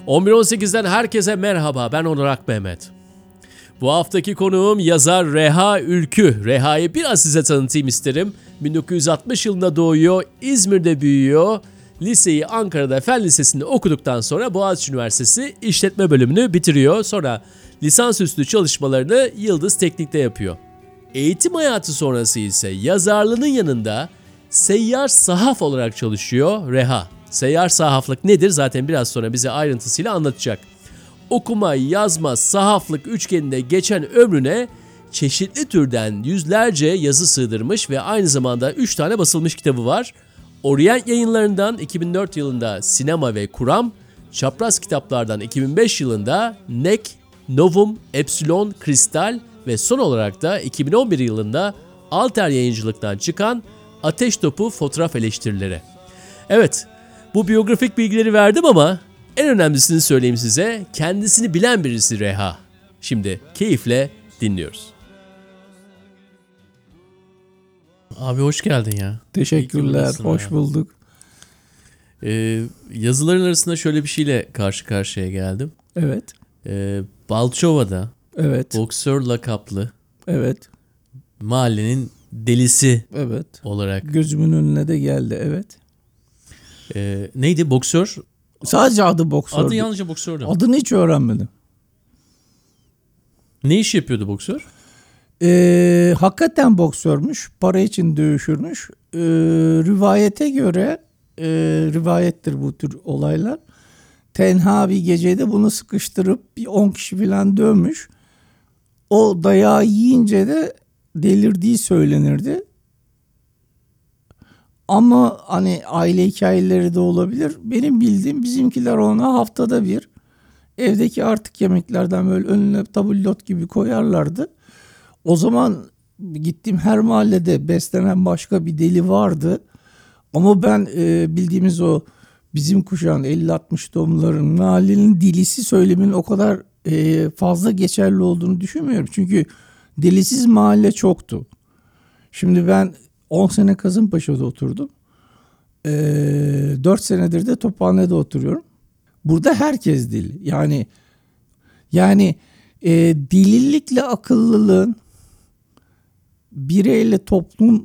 11.18'den herkese merhaba, ben Onur Akmehmet. Bu haftaki konuğum yazar Reha Ülkü. Reha'yı biraz size tanıtayım isterim. 1960 yılında doğuyor, İzmir'de büyüyor. Liseyi Ankara'da Fen Lisesi'nde okuduktan sonra Boğaziçi Üniversitesi İşletme bölümünü bitiriyor. Sonra lisansüstü çalışmalarını Yıldız Teknik'te yapıyor. Eğitim hayatı sonrası ise yazarlığının yanında seyyar sahaf olarak çalışıyor Reha. Seyyar sahaflık nedir? Zaten biraz sonra bize ayrıntısıyla anlatacak. Okuma, yazma, sahaflık üçgeninde geçen ömrüne çeşitli türden yüzlerce yazı sığdırmış ve aynı zamanda 3 tane basılmış kitabı var. Orient Yayınları'ndan 2004 yılında Sinema ve Kuram, Çapraz Kitaplar'dan 2005 yılında Nek, Novum, Epsilon, Kristal ve son olarak da 2011 yılında Alter Yayıncılık'tan çıkan Ateş Topu Fotoğraf Eleştirileri. Evet, bu biyografik bilgileri verdim ama en önemlisini söyleyeyim size. Kendisini bilen birisi Reha. Şimdi keyifle dinliyoruz. Abi hoş geldin ya. Teşekkürler, hoş bulduk. Yazıların arasında şöyle bir şeyle karşı karşıya geldim. Evet. Balçova'da Evet. boksör lakaplı Evet. mahallenin delisi Evet. olarak. Gözümün önüne de geldi, evet. Neydi boksör? Sadece adı boksör. Adı yalnızca boksördü. Adını hiç öğrenmedim. Ne iş yapıyordu boksör? Hakikaten boksörmüş. Para için dövüşürmüş. Rivayete göre, rivayettir bu tür olaylar. Tenha bir gecede bunu sıkıştırıp bir 10 kişi falan dövmüş. O dayağı yiyince de delirdiği söylenirdi. Ama hani aile hikayeleri de olabilir. Benim bildiğim bizimkiler ona haftada bir evdeki artık yemeklerden böyle önüne tabulot gibi koyarlardı. O zaman gittiğim her mahallede beslenen başka bir deli vardı. Ama ben bildiğimiz o bizim kuşağın 50-60 doğumluların mahallenin delisi söylemin o kadar fazla geçerli olduğunu düşünmüyorum. Çünkü delisiz mahalle çoktu. Şimdi ben 10 sene Kasımpaşa'da oturdum. 4 senedir de Tophane'de oturuyorum. Burada herkes deli. Yani delilikle akıllılığın bireyle toplum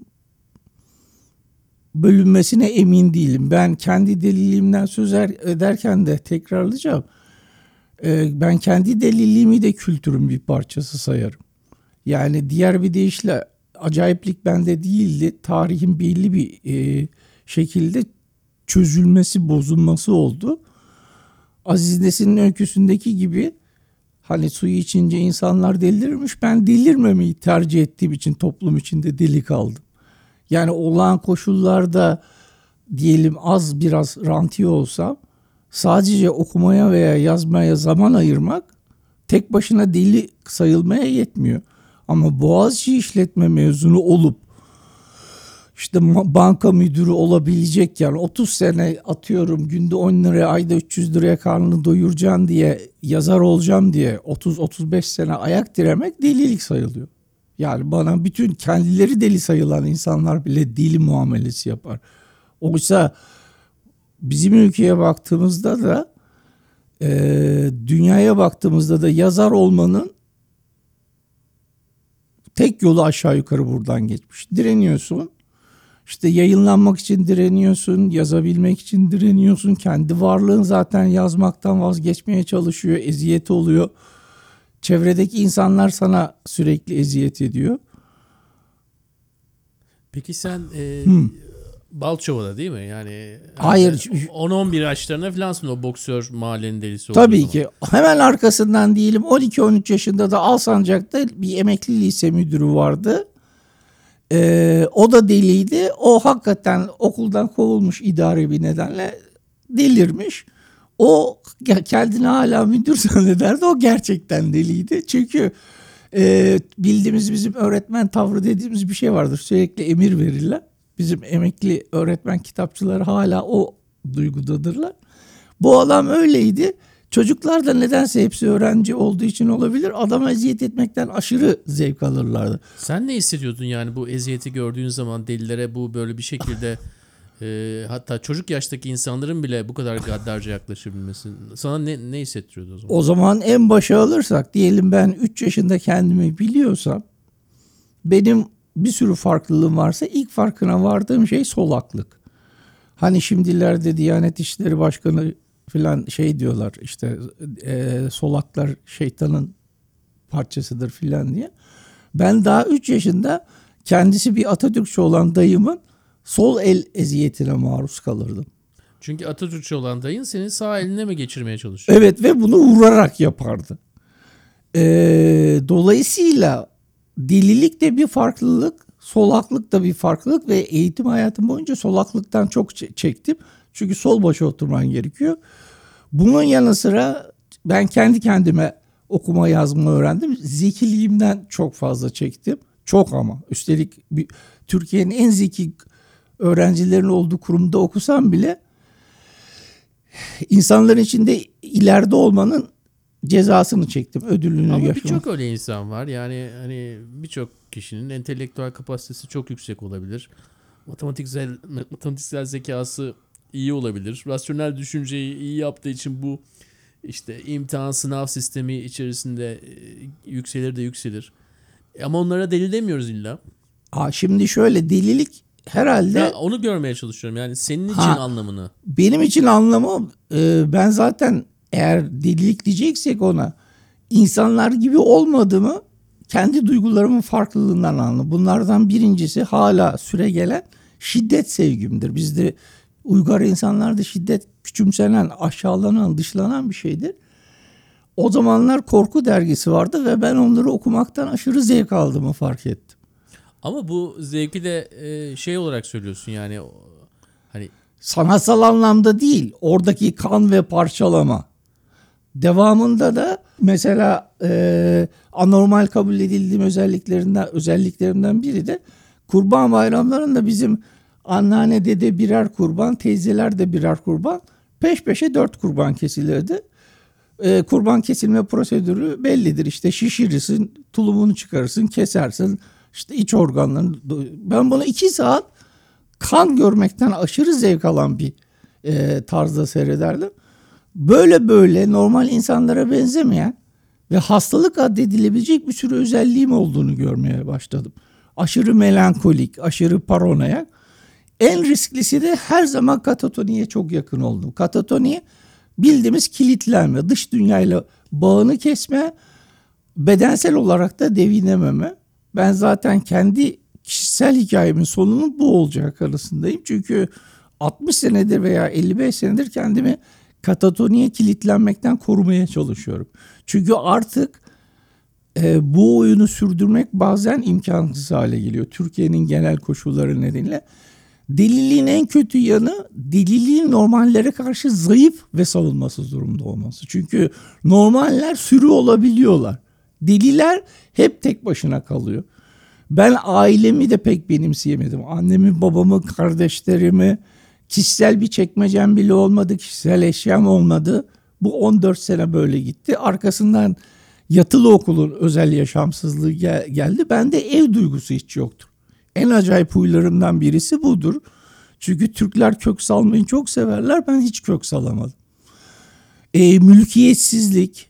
bölünmesine emin değilim. Ben kendi deliliğimden söz ederken de tekrarlayacağım. Ben kendi deliliğimi de kültürün bir parçası sayarım. Yani diğer bir deyişle acayiplik bende değildi. Tarihin belli bir şekilde çözülmesi, bozulması oldu. Aziz Nesin'in öyküsündeki gibi hani suyu içince insanlar delirirmiş. Ben delirmemeyi tercih ettiğim için toplum içinde deli kaldım. Yani olağan koşullarda diyelim az biraz rantiye olsam sadece okumaya veya yazmaya zaman ayırmak tek başına deli sayılmaya yetmiyor. Ama Boğaziçi işletme mezunu olup işte banka müdürü olabilecek yani 30 sene atıyorum günde 10 liraya ayda 300 liraya karnını doyuracaksın diye yazar olacağım diye 30-35 sene ayak diremek delilik sayılıyor. Yani bana bütün kendileri deli sayılan insanlar bile deli muamelesi yapar. Oysa bizim ülkeye baktığımızda da dünyaya baktığımızda da yazar olmanın tek yolu aşağı yukarı buradan geçmiş. Direniyorsun. İşte yayınlanmak için direniyorsun, yazabilmek için direniyorsun. Kendi varlığın zaten yazmaktan vazgeçmeye çalışıyor, eziyet oluyor. Çevredeki insanlar sana sürekli eziyet ediyor. Peki sen Balçova'da değil mi? Yani hayır, 10-11 yaşlarında falansın o boksör mahallenin delisi olduğu tabii zaman. ki. Hemen arkasından diyelim 12-13 yaşında da Alsancak'ta bir emekli lise müdürü vardı. O da deliydi. O hakikaten okuldan kovulmuş idari bir nedenle delirmiş. O kendini hala müdür zannederdi. O gerçekten deliydi. Çünkü bildiğimiz bizim öğretmen tavrı dediğimiz bir şey vardır. Sürekli emir verirler. Bizim emekli öğretmen kitapçıları hala o duygudadırlar. Bu adam öyleydi. Çocuklar da nedense hepsi öğrenci olduğu için olabilir. Adama eziyet etmekten aşırı zevk alırlardı. Sen ne hissediyordun yani bu eziyeti gördüğün zaman delilere bu böyle bir şekilde Hatta çocuk yaştaki insanların bile bu kadar gaddarca yaklaşabilmesi sana ne hissettiriyordu o zaman? O zaman en başa alırsak, diyelim ben 3 yaşında kendimi biliyorsam, benim bir sürü farklılığım varsa ilk farkına vardığım şey solaklık. Hani şimdilerde Diyanet İşleri Başkanı filan şey diyorlar işte, solaklar şeytanın parçasıdır filan diye. Ben daha 3 yaşında kendisi bir Atatürkçü olan dayımın sol el eziyetine maruz kalırdım. Çünkü Atatürkçü olan dayın seni sağ eline mi geçirmeye çalışıyor? Evet, ve bunu vurarak yapardı. Dolayısıyla delilik de bir farklılık, solaklık da bir farklılık ve eğitim hayatım boyunca solaklıktan çok çektim. Çünkü sol başa oturman gerekiyor. Bunun yanı sıra ben kendi kendime okuma yazma öğrendim. Zekiliğimden çok fazla çektim. Çok ama. Üstelik Türkiye'nin en zeki öğrencilerin olduğu kurumda okusam bile insanların içinde ileride olmanın cezasını çektim. Ödülünü Ama yaşamak. birçok öyle insan var. Yani hani birçok kişinin entelektüel kapasitesi çok yüksek olabilir. Matematiksel zekası iyi olabilir. Rasyonel düşünceyi iyi yaptığı için bu işte imtihan sınav sistemi içerisinde yükselir de yükselir. Ama onlara deli demiyoruz illa. Şimdi şöyle, delilik herhalde... Ya onu görmeye çalışıyorum. Yani senin için anlamını. Benim için anlamı, ben zaten eğer delilik diyeceksek ona, insanlar gibi olmadığımı kendi duygularımın farklılığından anladım. Bunlardan birincisi hala süregelen şiddet sevgimdir. Bizde uygar insanlarda şiddet küçümsenen, aşağılanan, dışlanan bir şeydir. O zamanlar Korku dergisi vardı ve ben onları okumaktan aşırı zevk aldığımı fark ettim. Ama bu zevki de şey olarak söylüyorsun yani hani sanatsal anlamda değil, oradaki kan ve parçalama. Devamında da mesela anormal kabul edildiğim özelliklerimden biri de Kurban Bayramlarında bizim anneanne dede birer kurban, teyzeler de birer kurban, peş peşe 4 kurban kesilirdi. Kurban kesilme prosedürü bellidir. İşte şişirirsin, tulumunu çıkarırsın, kesersin, işte iç organlarını. Ben bunu 2 saat kan görmekten aşırı zevk alan bir tarzda seyrederdim. Böyle normal insanlara benzemeyen ve hastalık addedilebilecek bir sürü özelliğim olduğunu görmeye başladım. Aşırı melankolik, aşırı paranoyak. En risklisi de her zaman katatoniye çok yakın oldum. Katatoni bildiğimiz kilitlenme, dış dünyayla bağını kesme, bedensel olarak da devinememe. Ben zaten kendi kişisel hikayemin sonunun bu olacak arasındayım. Çünkü 60 senedir veya 55 senedir kendimi katatoniye kilitlenmekten korumaya çalışıyorum. Çünkü artık bu oyunu sürdürmek bazen imkansız hale geliyor. Türkiye'nin genel koşulları nedeniyle. Deliliğin en kötü yanı, deliliğin normallere karşı zayıf ve savunmasız durumda olması. Çünkü normaller sürü olabiliyorlar. Deliler hep tek başına kalıyor. Ben ailemi de pek benimseyemedim. Annemi, babamı, kardeşlerimi, kişisel bir çekmecem bile olmadı, kişisel eşyam olmadı. Bu 14 sene böyle gitti. Arkasından yatılı okulun özel yaşamsızlığı geldi. Bende ev duygusu hiç yoktur. En acayip huylarımdan birisi budur. Çünkü Türkler kök salmayı çok severler. Ben hiç kök salamadım. Mülkiyetsizlik.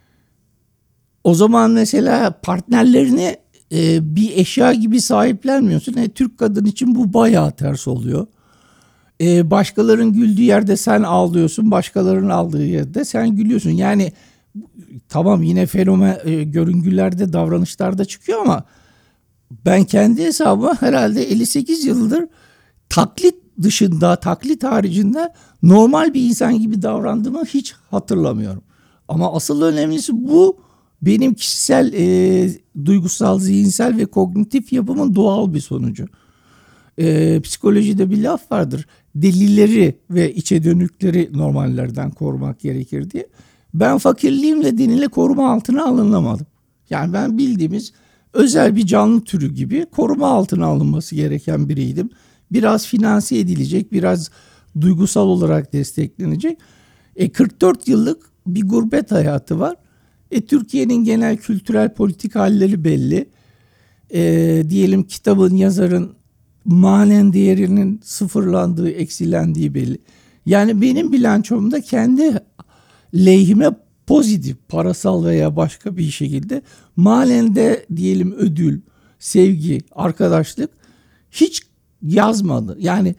O zaman mesela partnerlerini bir eşya gibi sahiplenmiyorsun. Türk kadın için bu bayağı ters oluyor. Başkalarının güldüğü yerde sen ağlıyorsun. Başkalarının aldığı yerde sen gülüyorsun. Yani tamam, yine fenomen görüngülerde, davranışlarda çıkıyor ama ben kendi hesabıma herhalde 58 yıldır taklit dışında, taklit haricinde normal bir insan gibi davrandığımı hiç hatırlamıyorum. Ama asıl önemlisi bu benim kişisel, duygusal, zihinsel ve kognitif yapımın doğal bir sonucu. Psikolojide bir laf vardır. Delileri ve içe dönükleri normallerden korumak gerekir diye. Ben fakirliğim nedeniyle koruma altına alınamadım. Yani ben bildiğimiz özel bir canlı türü gibi koruma altına alınması gereken biriydim. Biraz finanse edilecek, biraz duygusal olarak desteklenecek. 44 yıllık bir gurbet hayatı var. Türkiye'nin genel kültürel politik halleri belli. Diyelim kitabın, yazarın manen değerinin sıfırlandığı, eksilendiği belli. Yani benim bilançomda kendi lehime pozitif, parasal veya başka bir şekilde manen de diyelim ödül, sevgi, arkadaşlık hiç yazmadı. Yani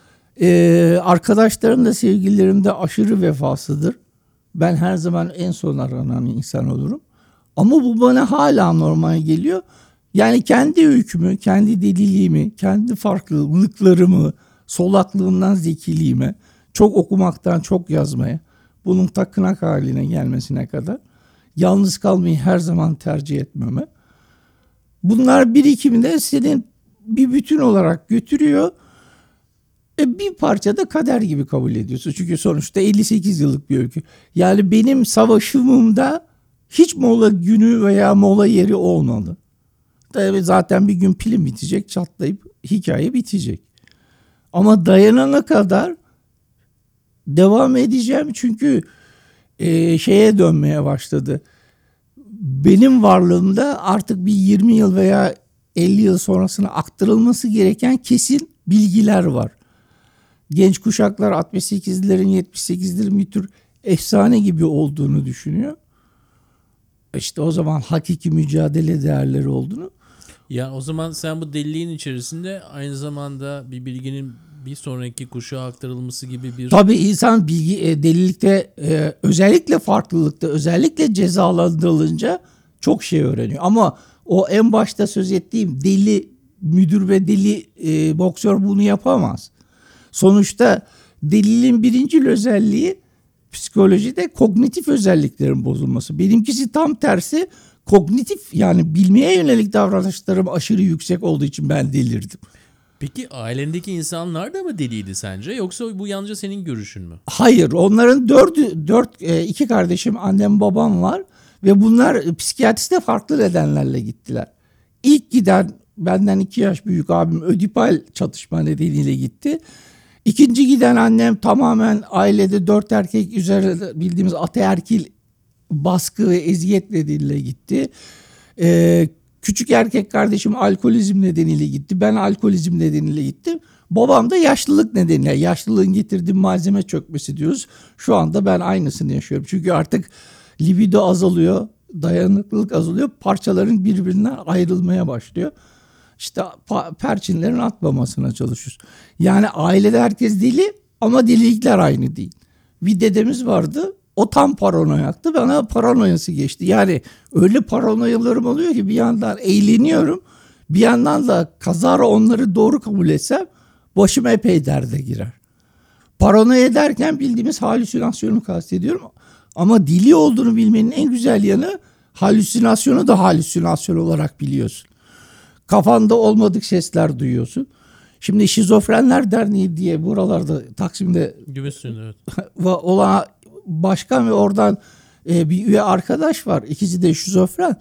arkadaşlarım da sevgililerim de aşırı vefasıdır. Ben her zaman en son aranan insan olurum. Ama bu bana hala normal geliyor. Yani kendi öykümü, kendi deliliğimi, kendi farklılıklarımı, solaklığımdan zekiliğime, çok okumaktan çok yazmaya, bunun takınak haline gelmesine kadar yalnız kalmayı her zaman tercih etmeme. Bunlar birikiminde senin bir bütün olarak götürüyor. Bir parça da kader gibi kabul ediyorsun. Çünkü sonuçta 58 yıllık bir öykü. Yani benim savaşımımda hiç mola günü veya mola yeri olmadı. Zaten bir gün pilim bitecek, çatlayıp hikaye bitecek. Ama dayanana kadar devam edeceğim. Çünkü şeye dönmeye başladı. Benim varlığımda artık bir 20 yıl veya 50 yıl sonrasına aktarılması gereken kesin bilgiler var. Genç kuşaklar 68'lerin 78'lerin bir tür efsane gibi olduğunu düşünüyor. İşte o zaman hakiki mücadele değerleri olduğunu. Ya o zaman sen bu deliliğin içerisinde aynı zamanda bir bilginin bir sonraki kuşağa aktarılması gibi bir... Tabii insan delilikte özellikle farklılıkta, özellikle cezalandırılınca çok şey öğreniyor. Ama o en başta söz ettiğim deli müdür ve deli boksör bunu yapamaz. Sonuçta deliliğin birincil özelliği psikolojide kognitif özelliklerin bozulması. Benimkisi tam tersi, kognitif, yani bilmeye yönelik davranışlarım aşırı yüksek olduğu için ben delirdim. Peki ailendeki insanlar da mı deliydi sence, yoksa bu yalnızca senin görüşün mü? Hayır, onların iki kardeşim, annem babam var ve bunlar psikiyatriste farklı nedenlerle gittiler. İlk giden benden 2 yaş büyük abim ödipal çatışma nedeniyle gitti. İkinci giden annem tamamen ailede 4 erkek üzerinde bildiğimiz ataerkil baskı ve eziyet nedeniyle gitti. Küçük erkek kardeşim alkolizm nedeniyle gitti. Ben alkolizm nedeniyle gittim. Babam da yaşlılık nedeniyle. Yaşlılığın getirdiği malzeme çökmesi diyoruz. Şu anda ben aynısını yaşıyorum. Çünkü artık libido azalıyor. Dayanıklılık azalıyor. Parçaların birbirinden ayrılmaya başlıyor. İşte perçinlerin atmamasına çalışıyoruz. Yani ailede herkes deli ama delilikler aynı değil. Bir dedemiz vardı. O tam paranoyaktı. Bana paranoyası geçti. Yani öyle paranoyalarım oluyor ki bir yandan eğleniyorum. Bir yandan da kazara onları doğru kabul etsem başım epey derde girer. Paranoya ederken bildiğimiz halüsinasyonu kastediyorum. Ama deli olduğunu bilmenin en güzel yanı, halüsinasyonu da halüsinasyon olarak biliyorsun. Kafanda olmadık sesler duyuyorsun. Şimdi Şizofrenler Derneği diye buralarda Taksim'de Gümüşsün, evet. olan başkan ve oradan bir üye arkadaş var. İkisi de şizofren.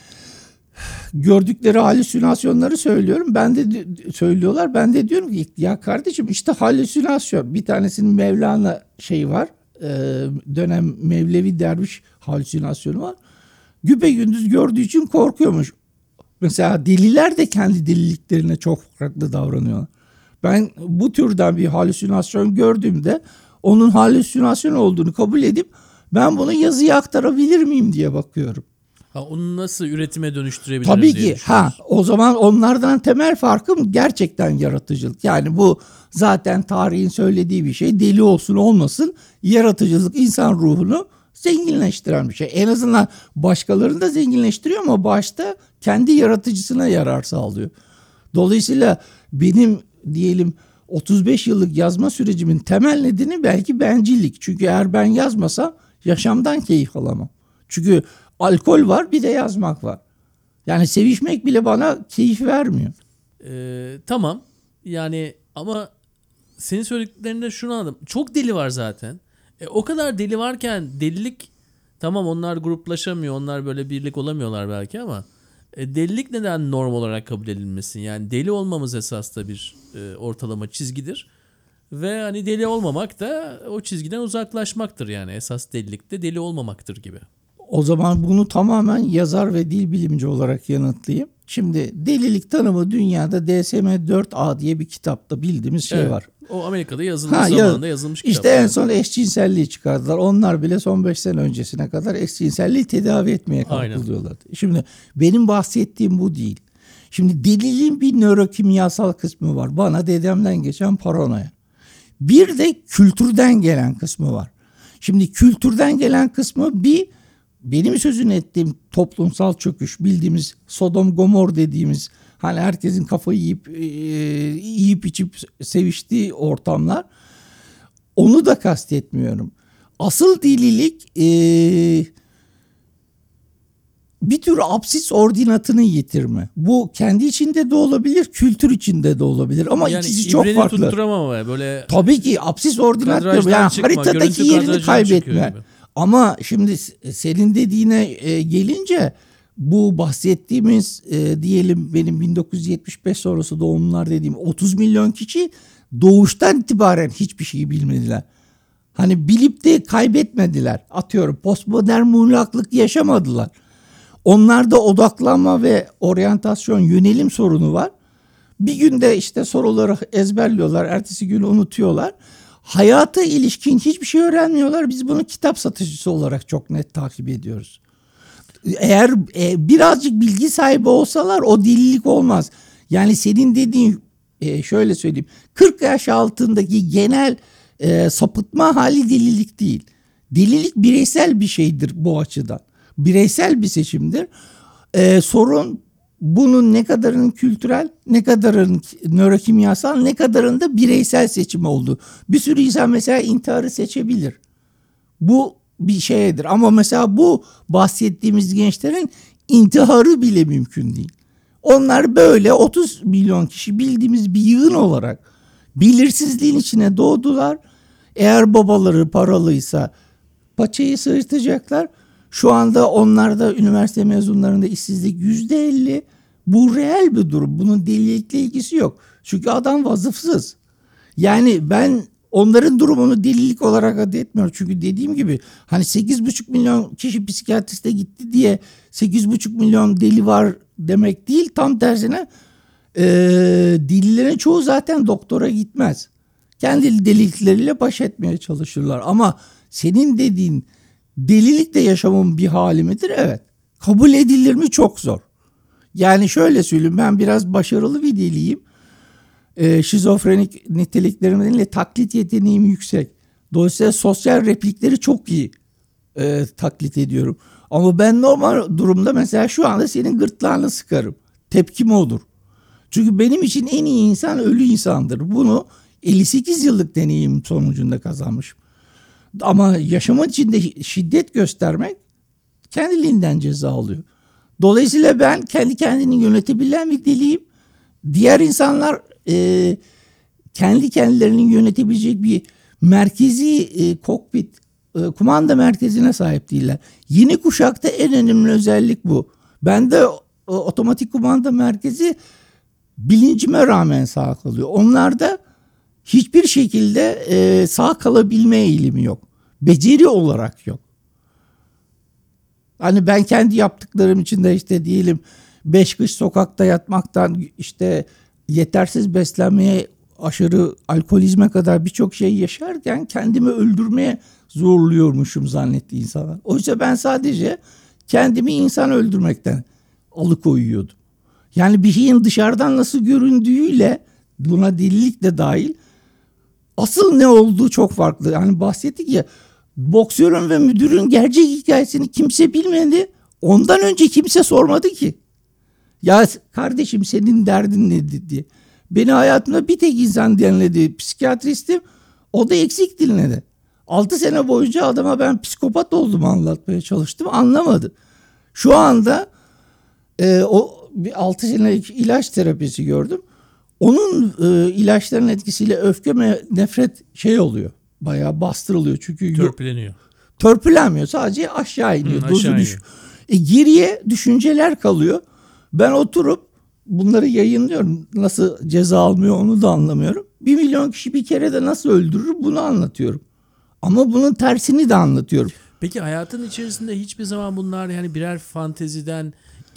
Gördükleri halüsinasyonları söylüyorum. Söylüyorlar. Ben de diyorum ki ya kardeşim işte halüsinasyon. Bir tanesinin Mevlana var. Dönem Mevlevi derviş halüsinasyonu var. Güpegündüz gördüğü için korkuyormuş. Mesela deliler de kendi deliliklerine çok farklı davranıyorlar. Ben bu türden bir halüsinasyon gördüğümde onun halüsinasyon olduğunu kabul edip ben bunu yazıya aktarabilir miyim diye bakıyorum. Onu nasıl üretime dönüştürebiliriz Tabii diye ki. O zaman onlardan temel farkım gerçekten yaratıcılık. Yani bu zaten tarihin söylediği bir şey. Deli olsun olmasın, yaratıcılık insan ruhunu zenginleştiren bir şey. En azından başkalarını da zenginleştiriyor ama başta kendi yaratıcısına yarar sağlıyor. Dolayısıyla benim diyelim 35 yıllık yazma sürecimin temel nedeni belki bencillik. Çünkü eğer ben yazmasam yaşamdan keyif alamam. Çünkü alkol var, bir de yazmak var. Yani sevişmek bile bana keyif vermiyor. Tamam. Yani ama senin söylediklerinde şunu anladım. Çok deli var zaten. O kadar deli varken delilik, tamam, onlar gruplaşamıyor. Onlar böyle birlik olamıyorlar belki ama delilik neden norm olarak kabul edilmesin? Yani deli olmamız esas da bir ortalama çizgidir. Ve hani deli olmamak da o çizgiden uzaklaşmaktır yani. Esas delilik de deli olmamaktır gibi. O zaman bunu tamamen yazar ve dil bilimci olarak yanıtlayayım. Şimdi delilik tanımı dünyada DSM-4A diye bir kitapta bildiğimiz şey Evet. var. O Amerika'da zamanında yazılmış kitap. İşte en son eşcinselliği çıkardılar. Onlar bile son 5 sene öncesine kadar eşcinselliği tedavi etmeye kalkılıyorlardı. Şimdi benim bahsettiğim bu değil. Şimdi deliliğin bir nörokimyasal kısmı var. Bana dedemden geçen paranoya. Bir de kültürden gelen kısmı var. Şimdi kültürden gelen kısmı benim sözünü ettiğim toplumsal çöküş, bildiğimiz Sodom Gomor dediğimiz, hani herkesin kafayı yiyip içip seviştiği ortamlar. Onu da kastetmiyorum. Asıl delilik bir tür absis ordinatını yitirme. Bu kendi içinde de olabilir, kültür içinde de olabilir ama yani ikisi çok farklı. tutturamam ama böyle. Tabii ki absis ordinat diyorum. Yani haritadaki yerini kaybetme. Ama şimdi senin dediğine gelince bu bahsettiğimiz diyelim benim 1975 sonrası doğumlular dediğim 30 milyon kişi doğuştan itibaren hiçbir şeyi bilmediler. Hani bilip de kaybetmediler. Atıyorum postmodern muğlaklık yaşamadılar. Onlarda odaklanma ve oryantasyon, yönelim sorunu var. Bir günde işte soruları ezberliyorlar, ertesi gün unutuyorlar. Hayata ilişkin hiçbir şey öğrenmiyorlar. Biz bunu kitap satıcısı olarak çok net takip ediyoruz. Eğer birazcık bilgi sahibi olsalar o delilik olmaz. Yani senin dediğin şöyle söyleyeyim. 40 yaş altındaki genel sapıtma hali delilik değil. Delilik bireysel bir şeydir bu açıdan. Bireysel bir seçimdir. Sorun bunun ne kadarının kültürel, ne kadarının nörokimyasal, ne kadarının da bireysel seçim olduğu. Bir sürü insan mesela intiharı seçebilir. Bu bir şeydir. Ama mesela bu bahsettiğimiz gençlerin intiharı bile mümkün değil. Onlar böyle 30 milyon kişi bildiğimiz bir yığın olarak belirsizliğin içine doğdular. Eğer babaları paralıysa paçayı sıyırtacaklar. Şu anda onlarda üniversite mezunlarında işsizlik %50. Bu reel bir durum. Bunun delilikle ilgisi yok. Çünkü adam vasıfsız. Yani ben onların durumunu delilik olarak adı etmiyorum. Çünkü dediğim gibi hani 8,5 milyon kişi psikiyatriste gitti diye 8,5 milyon deli var demek değil. Tam tersine delilerin çoğu zaten doktora gitmez. Kendi delilikleriyle baş etmeye çalışırlar. Ama senin dediğin delilik de yaşamın bir hali midir? Evet. Kabul edilir mi? Çok zor. Yani şöyle söyleyeyim, ben biraz başarılı bir deliyim. Şizofrenik niteliklerim nedeniyle taklit yeteneğim yüksek. Dolayısıyla sosyal replikleri çok iyi taklit ediyorum. Ama ben normal durumda mesela şu anda senin gırtlağını sıkarım. Tepkim odur. Çünkü benim için en iyi insan ölü insandır. Bunu 58 yıllık deneyim sonucunda kazanmışım. Ama yaşamın içinde şiddet göstermek kendiliğinden ceza alıyor. Dolayısıyla ben kendi kendini yönetebilen bir deliyim. Diğer insanlar kendi kendilerini yönetebilecek bir merkezi kokpit, kumanda merkezine sahip değiller. Yeni kuşakta en önemli özellik bu. Bende otomatik kumanda merkezi bilincime rağmen sağ kalıyor. Onlarda hiçbir şekilde sağ kalabilme eğilimi yok. Beceri olarak yok. Hani ben kendi yaptıklarım için de işte diyelim 5 kış sokakta yatmaktan işte yetersiz beslenmeye, aşırı alkolizme kadar birçok şey yaşarken kendimi öldürmeye zorluyormuşum zannetti insanlar. Oysa ben sadece kendimi insan öldürmekten alıkoyuyordum. Yani bir şeyin dışarıdan nasıl göründüğüyle, buna delilik de dahil, asıl ne olduğu çok farklı. Yani bahsettik ya, boksörün ve müdürün gerçek hikayesini kimse bilmedi. Ondan önce kimse sormadı ki. Ya kardeşim senin derdin nedir diye. Beni hayatımda bir tek insan dinledi. Psikiyatristim. O da eksik dinledi. 6 sene boyunca adama ben psikopat olduğumu anlatmaya çalıştım. Anlamadı. Şu anda o 6 senelik ilaç terapisi gördüm. Onun ilaçların etkisiyle öfke ve nefret oluyor. Bayağı bastırılıyor. Çünkü törpüleniyor. Törpülenmiyor. Sadece aşağı iniyor. Dozu düşüyor. Geriye düşünceler kalıyor. Ben oturup bunları yayınlıyorum. Nasıl ceza almıyor onu da anlamıyorum. 1 milyon kişi bir kere de nasıl öldürür bunu anlatıyorum. Ama bunun tersini de anlatıyorum. Peki hayatın içerisinde hiçbir zaman bunlar yani birer fanteziden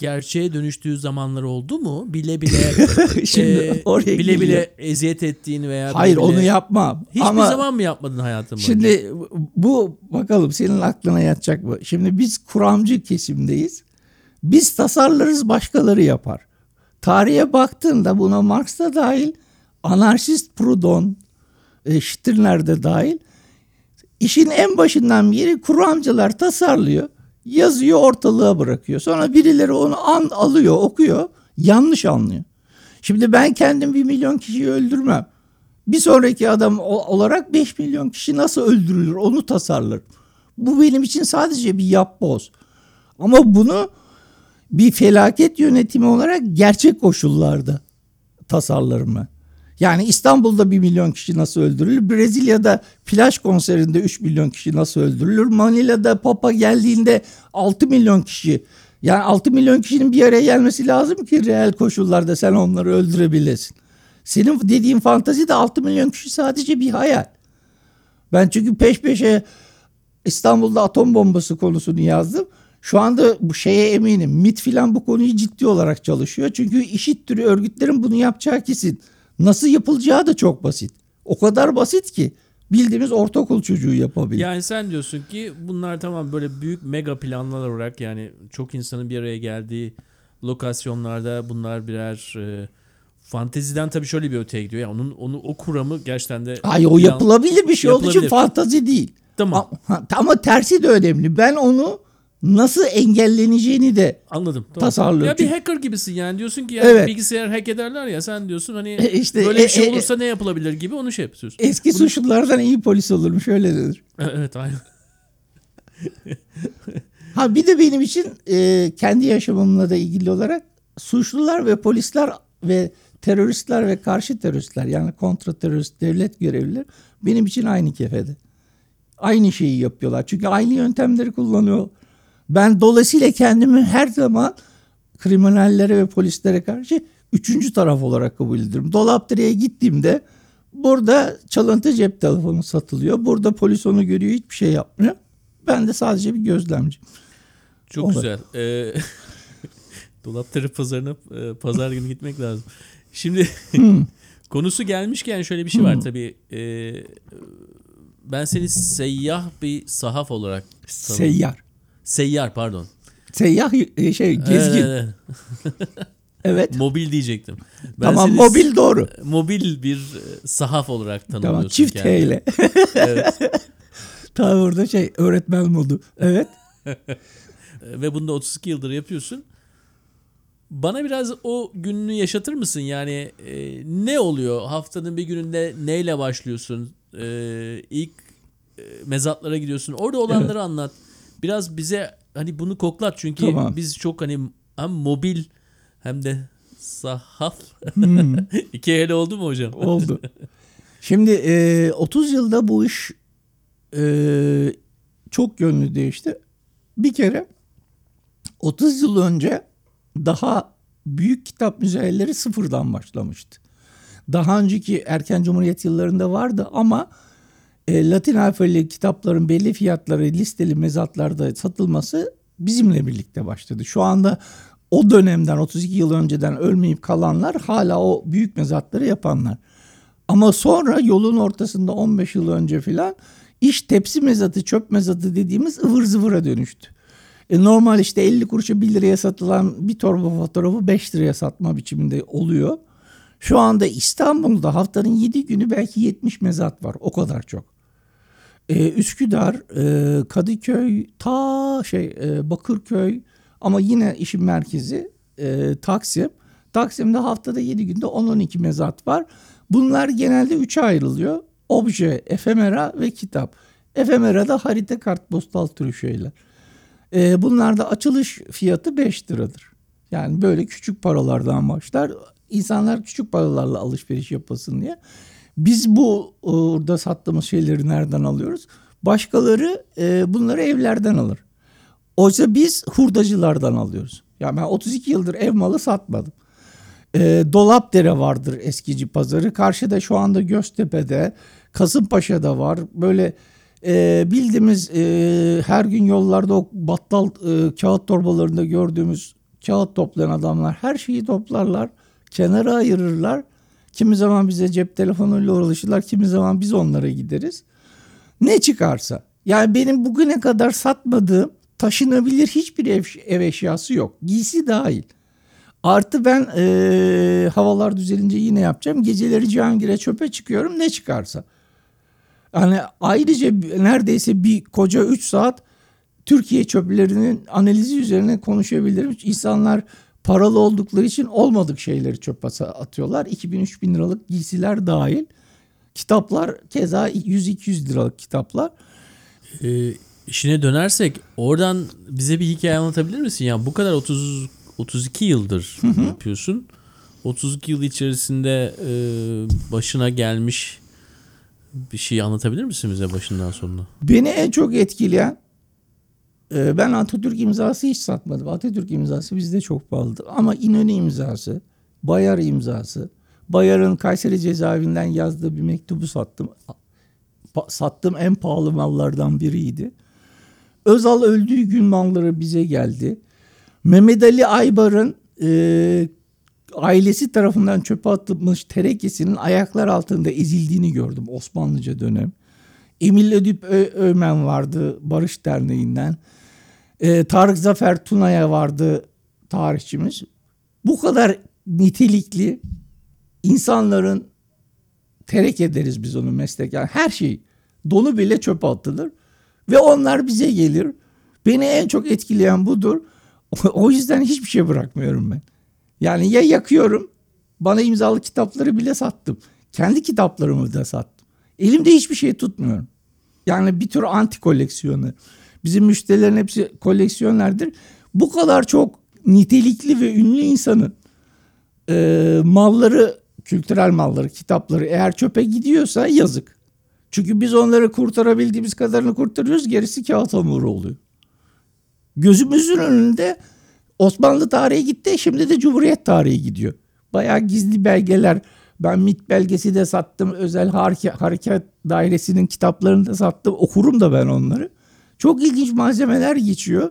gerçeğe dönüştüğü zamanlar oldu mu? Bile bile Şimdi oraya bile bile geliyor. eziyet ettiğin veya Hayır, bile bile... onu yapmam. Hiçbir Ama zaman mı yapmadın hayatın boyunca? şimdi bu, bakalım senin aklına yatacak mı? Şimdi biz kuramcı kesimdeyiz. Biz tasarlarız, başkaları yapar. Tarihe baktığında buna Marx da dahil, anarşist Proudhon, Stirner de dahil. İşin en başından beri kuramcılar tasarlıyor, yazıyor, ortalığa bırakıyor. Sonra birileri onu alıyor, okuyor, yanlış anlıyor. Şimdi ben kendim 1 milyon kişiyi öldürmem. Bir sonraki adam olarak 5 milyon kişi nasıl öldürülür onu tasarlarım. Bu benim için sadece bir yapboz. Ama bunu bir felaket yönetimi olarak gerçek koşullarda tasarlarım ben. Yani İstanbul'da 1 milyon kişi nasıl öldürülür? Brezilya'da plaj konserinde 3 milyon kişi nasıl öldürülür? Manila'da Papa geldiğinde 6 milyon kişi. Yani 6 milyon kişinin bir araya gelmesi lazım ki reel koşullarda sen onları öldürebilesin. Senin dediğin fantezi de 6 milyon kişi sadece bir hayal. Ben çünkü peş peşe İstanbul'da atom bombası konusunu yazdım. Şu anda bu şeye eminim. MİT filan bu konuyu ciddi olarak çalışıyor. Çünkü IŞİD türü örgütlerin bunu yapacağı kesin. Nasıl yapılacağı da çok basit. O kadar basit ki bildiğimiz ortaokul çocuğu yapabilir. Yani sen diyorsun ki bunlar tamam böyle büyük mega planlar olarak, yani çok insanın bir araya geldiği lokasyonlarda bunlar birer fanteziden tabii şöyle bir öteye gidiyor. Yani onu o kuramı gerçekten de Hayır, o yapılabilir bir şey olduğu için yapılabilir. fantazi değil. Tamam. Ama tersi de önemli. Ben onu nasıl engelleneceğini de Anladım. Tamam. tasarlıyorum. Ya bir Çünkü- hacker gibisin yani, diyorsun ki yani Evet. bilgisayar hack ederler ya, sen diyorsun hani işte böyle bir şey olursa ne yapılabilir gibi onu şey yapıyorsun. eski suçlulardan iyi polis olurmuş, öyle denir. Evet, aynen. Ha bir de benim için kendi yaşamımla da ilgili olarak suçlular ve polisler ve teröristler ve karşı teröristler, yani kontra terörist devlet görevlileri benim için aynı kefede. Aynı şeyi yapıyorlar. Çünkü aynı yöntemleri kullanıyor. Ben dolayısıyla kendimi her zaman kriminallere ve polislere karşı üçüncü taraf olarak kabul ediyorum. Dolapdere gittiğimde burada çalıntı cep telefonu satılıyor. Burada polis onu görüyor, hiçbir şey yapmıyor. Ben de sadece bir gözlemci. Çok Olur. güzel. Dolapdere pazarına pazar günü gitmek lazım. Şimdi konusu gelmişken şöyle bir şey var tabii. Ben seni seyyah bir sahaf olarak tanıyorum. Seyyar, pardon. Seyyah gezgin. Evet. Evet. Mobil diyecektim. Ben Tamam, seni mobil doğru. mobil bir sahaf olarak tanımlıyorsun. Tamam, çift kendini. H ile. Evet. Tabii burada öğretmen modu. Evet. Ve bunu da 32 yıldır yapıyorsun. Bana biraz o gününü yaşatır mısın? Yani ne oluyor? Haftanın bir gününde neyle başlıyorsun? İlk mezatlara gidiyorsun. Orada olanları anlat. Biraz bize hani bunu koklat. Çünkü Tamam. biz çok hani hem mobil hem de sahaf. İki hele oldu mu hocam? Oldu. Şimdi 30 yılda bu iş çok yönlü değişti. Bir kere 30 yıl önce daha büyük kitap müzeleri sıfırdan başlamıştı. Daha önceki erken Cumhuriyet yıllarında vardı ama Latin alfabeli kitapların belli fiyatları listeli mezatlarda satılması bizimle birlikte başladı. Şu anda o dönemden 32 yıl önceden ölmeyip kalanlar hala o büyük mezatları yapanlar. Ama sonra yolun ortasında 15 yıl önce filan iş tepsi mezatı, çöp mezatı dediğimiz ıvır zıvıra dönüştü. Normal işte 50 kuruşa 1 liraya satılan bir torba fotoğrafı 5 liraya satma biçiminde oluyor. Şu anda İstanbul'da haftanın 7 günü belki 70 mezat var. O kadar çok. Üsküdar, Kadıköy, Bakırköy ama yine işin merkezi Taksim. Taksim'de haftada 7 günde 10-12 mezat var. Bunlar genelde 3'e ayrılıyor. Obje, efemera ve kitap. Efemera'da harita, kartpostal türü şeyler. Bunlarda açılış fiyatı 5 liradır. Yani böyle küçük paralardan başlar. İnsanlar küçük paralarla alışveriş yapasın diye. Biz bu orada sattığımız şeyleri nereden alıyoruz? Başkaları bunları evlerden alır. Oysa biz hurdacılardan alıyoruz. Yani ben 32 yıldır ev malı satmadım. Dolapdere vardır eskici pazarı. Karşıda şu anda Göztepe'de, Kasımpaşa'da var. Böyle bildiğimiz her gün yollarda o battal kağıt torbalarında gördüğümüz kağıt toplayan adamlar her şeyi toplarlar, kenara ayırırlar. Kimi zaman bize cep telefonuyla uğraşırlar, kimi zaman biz onlara gideriz. Ne çıkarsa. Yani benim bugüne kadar satmadığım taşınabilir hiçbir ev eşyası yok. Giysi dahil. Artı ben havalar düzelince yine yapacağım. Geceleri Cihangir'e çöpe çıkıyorum, ne çıkarsa. Yani ayrıca neredeyse bir koca 3 saat Türkiye çöplerinin analizi üzerine konuşabilirim. İnsanlar paralı oldukları için olmadık şeyleri çöpe atıyorlar. 2000-3000 liralık giysiler dahil. Kitaplar keza 100-200 liralık kitaplar. İşine dönersek oradan bize bir hikaye anlatabilir misin? Yani bu kadar 32 yıldır yapıyorsun. 32 yıl içerisinde başına gelmiş bir şey anlatabilir misin bize başından sonuna? Beni en çok etkileyen, ben Atatürk imzası hiç satmadım. Atatürk imzası bizde çok pahalıdır. Ama İnönü imzası, Bayar imzası, Bayar'ın Kayseri cezaevinden yazdığı bir mektubu sattım. Sattığım en pahalı mallardan biriydi. Özal öldüğü gün malları bize geldi. Mehmet Ali Aybar'ın ailesi tarafından çöpe atılmış terekesinin ayaklar altında ezildiğini gördüm Osmanlıca dönem. Emil Ödip Öğmen vardı Barış Derneği'nden. Tarık Zafer Tuna'ya vardı tarihçimiz. Bu kadar nitelikli insanların, terek ederiz biz onu meslek. Yani her şey, donu bile çöpe atılır. Ve onlar bize gelir. Beni en çok etkileyen budur. O yüzden hiçbir şey bırakmıyorum ben. Yani ya yakıyorum, bana imzalı kitapları bile sattım. Kendi kitaplarımı da sattım. Elimde hiçbir şey tutmuyorum. Yani bir tür anti koleksiyonu. Bizim müşterilerin hepsi koleksiyonerdir. Bu kadar çok nitelikli ve ünlü insanın malları, kültürel malları, kitapları eğer çöpe gidiyorsa yazık. Çünkü biz onları kurtarabildiğimiz kadarını kurtarıyoruz. Gerisi kağıt hamuru oluyor. Gözümüzün önünde Osmanlı tarihi gitti. Şimdi de Cumhuriyet tarihi gidiyor. Bayağı gizli belgeler. Ben MİT belgesi de sattım. Özel Harekat Dairesi'nin kitaplarını da sattım. Okurum da ben onları. Çok ilginç malzemeler geçiyor.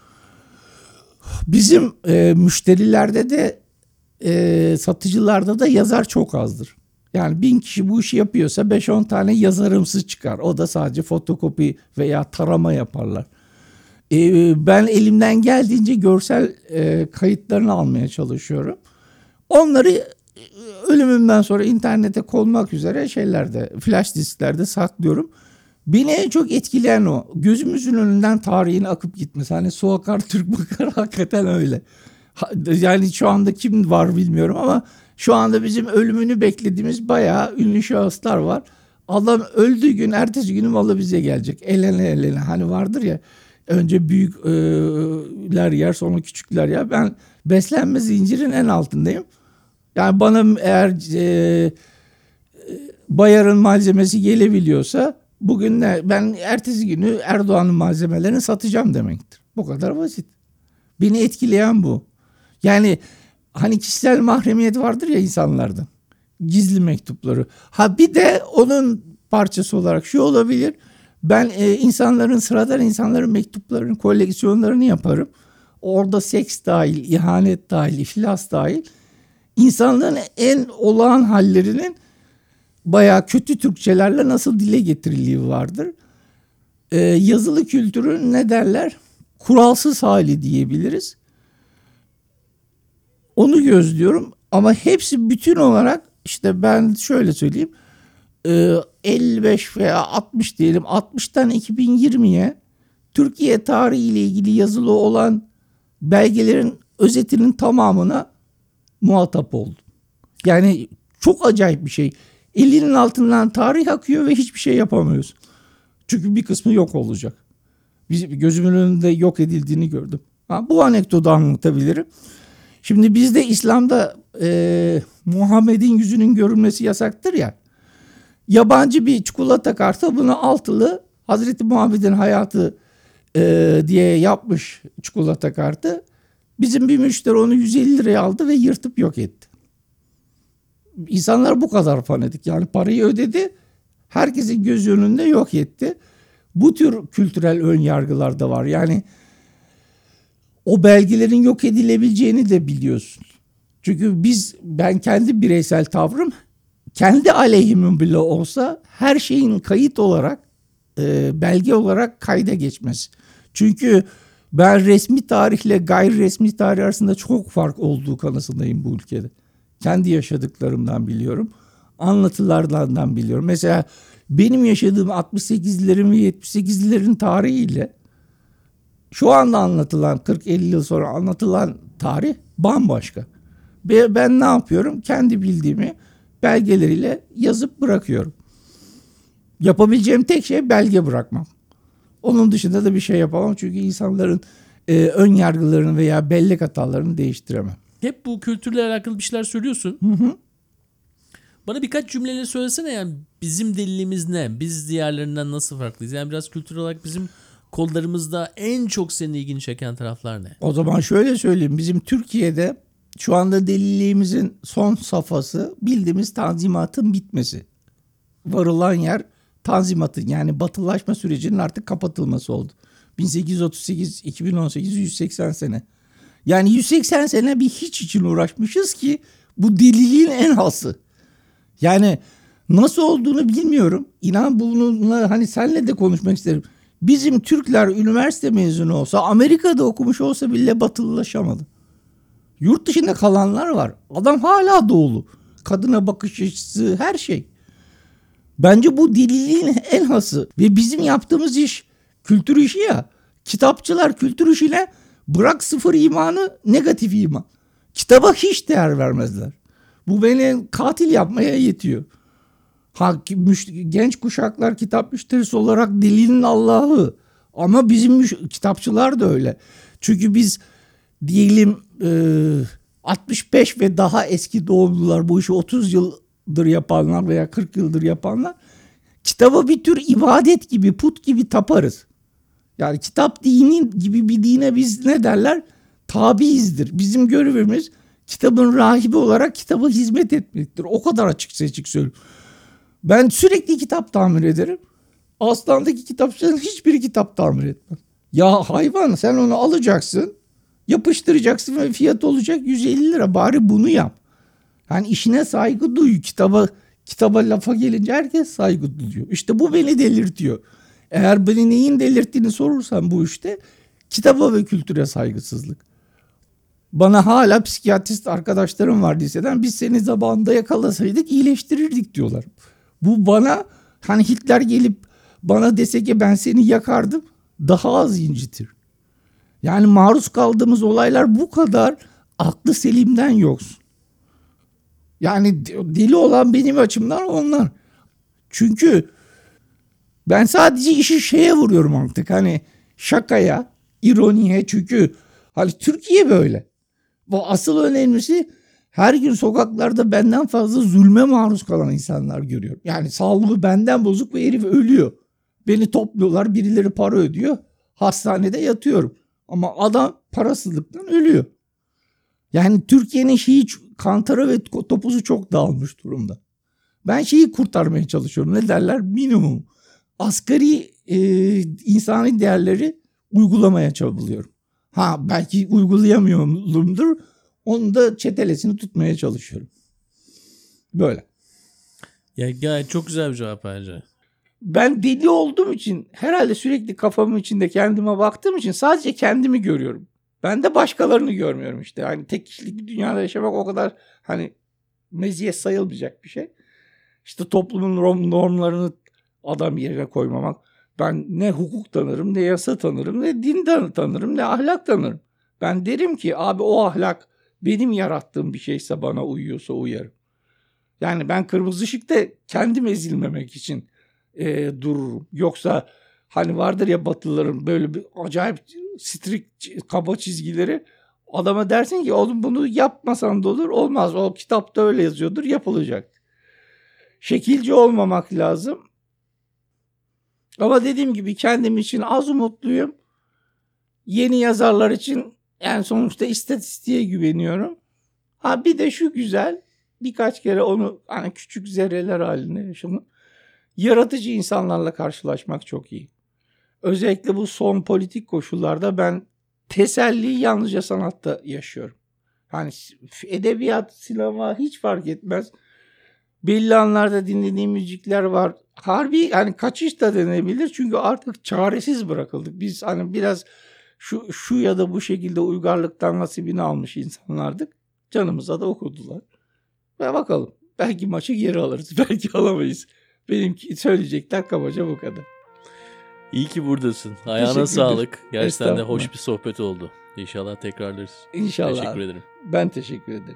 Bizim müşterilerde de satıcılarda da yazar çok azdır. Yani 1000 kişi bu işi yapıyorsa 5-10 tane yazarımsız çıkar. O da sadece fotokopi veya tarama yaparlar. Ben elimden geldiğince görsel kayıtlarını almaya çalışıyorum. Onları ölümümden sonra internete konmak üzere şeylerde, flash disklerde saklıyorum. Beni en çok etkileyen o. Gözümüzün önünden tarihin akıp gitmesi. Hani su akar Türk bakar, hakikaten öyle. Yani şu anda kim var bilmiyorum ama şu anda bizim ölümünü beklediğimiz bayağı ünlü şahıslar var. Adam öldüğü gün ertesi günü malı bize gelecek. Eline. Hani vardır ya, önce büyükler yer sonra küçükler yer. Ben beslenme zincirin en altındayım. Yani bana eğer Bayar'ın malzemesi gelebiliyorsa bugün ben ertesi günü Erdoğan'ın malzemelerini satacağım demektir. Bu kadar basit. Beni etkileyen bu. Yani hani kişisel mahremiyet vardır ya insanlarda. Gizli mektupları. Ha bir de onun parçası olarak şu olabilir. Ben sıradan insanların mektuplarının koleksiyonlarını yaparım. Orada seks dahil, ihanet dahil, iflas dahil. İnsanların en olağan hallerinin bayağı kötü Türkçelerle nasıl dile getirildiği vardır. Yazılı kültürün ne derler? Kuralsız hali diyebiliriz. Onu gözlüyorum ama hepsi bütün olarak işte ben şöyle söyleyeyim. 55 veya 60 diyelim, 60'tan 2020'ye Türkiye tarihi ile ilgili yazılı olan belgelerin özetinin tamamına muhatap oldum. Yani çok acayip bir şey. Elinin altından tarih akıyor ve hiçbir şey yapamıyorsun. Çünkü bir kısmı yok olacak. Gözümün önünde yok edildiğini gördüm. Bu anekdotu anlatabilirim. Şimdi bizde İslam'da Muhammed'in yüzünün görünmesi yasaktır ya. Yabancı bir çikolata kartı, bunu altılı Hazreti Muhammed'in hayatı diye yapmış çikolata kartı. Bizim bir müşteri onu 150 liraya aldı ve yırtıp yok etti. İnsanlar bu kadar fanatik. Yani parayı ödedi, herkesin göz önünde yok etti. Bu tür kültürel ön yargılar da var. Yani o belgelerin yok edilebileceğini de biliyorsun. Çünkü ben kendi bireysel tavrım, kendi aleyhimin bile olsa her şeyin kayıt olarak, belge olarak kayda geçmesi. Çünkü ben resmi tarihle gayri resmi tarih arasında çok fark olduğu kanısındayım bu ülkede. Kendi yaşadıklarımdan biliyorum. Anlatılardan biliyorum. Mesela benim yaşadığım 68'lerin ve 78'lerin tarihiyle şu anda anlatılan 40-50 yıl sonra anlatılan tarih bambaşka. Ve ben ne yapıyorum? Kendi bildiğimi belgeleriyle yazıp bırakıyorum. Yapabileceğim tek şey belge bırakmam. Onun dışında da bir şey yapamam. Çünkü insanların ön yargılarını veya bellek hatalarını değiştiremem. Hep bu kültürle alakalı bir şeyler söylüyorsun. Hı hı. Bana birkaç cümleyle söylesene, yani bizim deliliğimiz ne? Biz diğerlerinden nasıl farklıyız? Yani biraz kültürel olarak bizim kollarımızda en çok senin ilgini çeken taraflar ne? O zaman şöyle söyleyeyim. Bizim Türkiye'de şu anda deliliğimizin son safhası bildiğimiz Tanzimat'ın bitmesi. Varılan yer Tanzimat'ın, yani batılaşma sürecinin artık kapatılması oldu. 1838, 2018, 180 sene. Yani 180 sene bir hiç için uğraşmışız ki bu deliliğin en hası. Yani nasıl olduğunu bilmiyorum. İnan bununla hani senle de konuşmak isterim. Bizim Türkler üniversite mezunu olsa, Amerika'da okumuş olsa bile batılılaşamadı. Yurt dışında kalanlar var. Adam hala doğulu. Kadına bakış açısı, her şey. Bence bu deliliğin en hası. Ve bizim yaptığımız iş kültür işi ya. Kitapçılar kültür işine bırak sıfır imanı, negatif iman. Kitaba hiç değer vermezler. Bu beni katil yapmaya yetiyor. Genç kuşaklar kitap müşterisi olarak delinin Allah'ı. Ama bizim kitapçılar da öyle. Çünkü biz diyelim 65 ve daha eski doğumlular, bu işi 30 yıldır yapanlar veya 40 yıldır yapanlar, kitaba bir tür ibadet gibi, put gibi taparız. Yani kitap dini gibi bir dine biz ne derler? Tabiyizdir. Bizim görevimiz kitabın rahibi olarak kitaba hizmet etmektir. O kadar açık seçik söylüyorum. Ben sürekli kitap tamir ederim. Aslan'daki kitapçıların hiçbiri kitap tamir etmez. Ya hayvan, sen onu alacaksın, yapıştıracaksın ve fiyat olacak 150 lira. Bari bunu yap. Yani işine saygı duy. Kitaba lafa gelince herkes saygı duyuyor. İşte bu beni delirtiyor. Eğer beni neyin delirttiğini sorursan bu işte kitaba ve kültüre saygısızlık. Bana hala psikiyatrist arkadaşlarım var liseden, biz seni zamanında yakalasaydık iyileştirirdik diyorlar. Bu bana, hani Hitler gelip bana dese ki ben seni yakardım, daha az incitir. Yani maruz kaldığımız olaylar bu kadar aklı selimden yoksun. Yani deli olan benim açımdan onlar. Çünkü ben sadece işi şeye vuruyorum artık, hani şakaya, ironiye. Çünkü hani Türkiye böyle. Bu asıl önemlisi, her gün sokaklarda benden fazla zulme maruz kalan insanlar görüyorum. Yani sağlığı benden bozuk ve herif ölüyor. Beni topluyorlar, birileri para ödüyor. Hastanede yatıyorum. Ama adam parasızlıktan ölüyor. Yani Türkiye'nin kantarı ve topuzu çok dağılmış durumda. Ben kurtarmaya çalışıyorum. Ne derler? Minimum. Asgari insani değerleri uygulamaya çabalıyorum. Belki uygulayamıyorumdur. Onun da çetelesini tutmaya çalışıyorum. Böyle. Ya gayet çok güzel bir cevap bence. Ben deli olduğum için, herhalde sürekli kafamın içinde kendime baktığım için sadece kendimi görüyorum. Ben de başkalarını görmüyorum işte. Yani tek kişilik bir dünyada yaşamak o kadar hani meziyet sayılmayacak bir şey. İşte toplumun normlarını adam yerine koymamak. Ben ne hukuk tanırım, ne yasa tanırım, ne din tanırım, ne ahlak tanırım. Ben derim ki abi, o ahlak benim yarattığım bir şeyse, bana uyuyorsa uyarım. Yani ben kırmızı ışıkta kendim ezilmemek için dururum. Yoksa hani vardır ya Batılıların böyle bir acayip strict, kaba çizgileri. Adama dersin ki oğlum bunu yapmasan da olur, olmaz. O kitapta öyle yazıyordur, yapılacak. Şekilci olmamak lazım. Ama dediğim gibi kendim için az umutluyum. Yeni yazarlar için yani sonuçta istatistiğe güveniyorum. Bir de şu güzel, birkaç kere onu hani küçük zerreler halinde yaşadım. Yaratıcı insanlarla karşılaşmak çok iyi. Özellikle bu son politik koşullarda ben teselliyi yalnızca sanatta yaşıyorum. Hani edebiyat, sinema hiç fark etmez. Belli anlarda dinlediğim müzikler var. Harbi hani kaçış da denebilir. Çünkü artık çaresiz bırakıldık. Biz hani biraz şu ya da bu şekilde uygarlıktan nasibini almış insanlardık. Canımıza da okudular. Ve bakalım. Belki maçı geri alırız. Belki alamayız. Benimki söyleyecekler kabaca bu kadar. İyi ki buradasın. Ayağına Teşekkür sağlık. ederim. Gerçekten de hoş Estağfurullah. bir sohbet oldu. İnşallah tekrarlarız. İnşallah. Teşekkür ederim. Ben teşekkür ederim.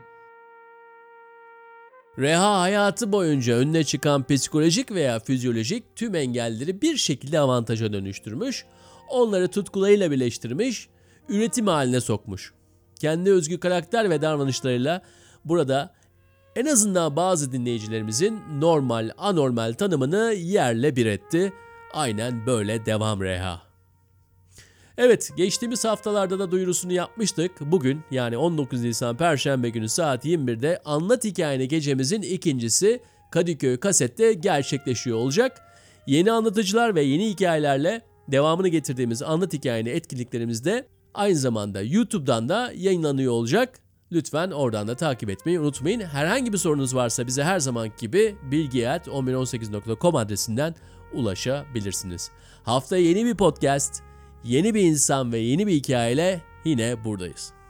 Reha hayatı boyunca önüne çıkan psikolojik veya fizyolojik tüm engelleri bir şekilde avantaja dönüştürmüş, onları tutkularıyla birleştirmiş, üretim haline sokmuş. Kendi özgü karakter ve davranışlarıyla burada en azından bazı dinleyicilerimizin normal, anormal tanımını yerle bir etti. Aynen böyle devam Reha. Evet, geçtiğimiz haftalarda da duyurusunu yapmıştık. Bugün yani 19 Nisan Perşembe günü saat 21'de Anlat Hikayeni gecemizin ikincisi Kadıköy Kaset'te gerçekleşiyor olacak. Yeni anlatıcılar ve yeni hikayelerle devamını getirdiğimiz Anlat Hikayeni etkinliklerimizde aynı zamanda YouTube'dan da yayınlanıyor olacak. Lütfen oradan da takip etmeyi unutmayın. Herhangi bir sorunuz varsa bize her zamanki gibi bilgi@1118.com adresinden ulaşabilirsiniz. Haftaya yeni bir podcast, yeni bir insan ve yeni bir hikayeyle yine buradayız.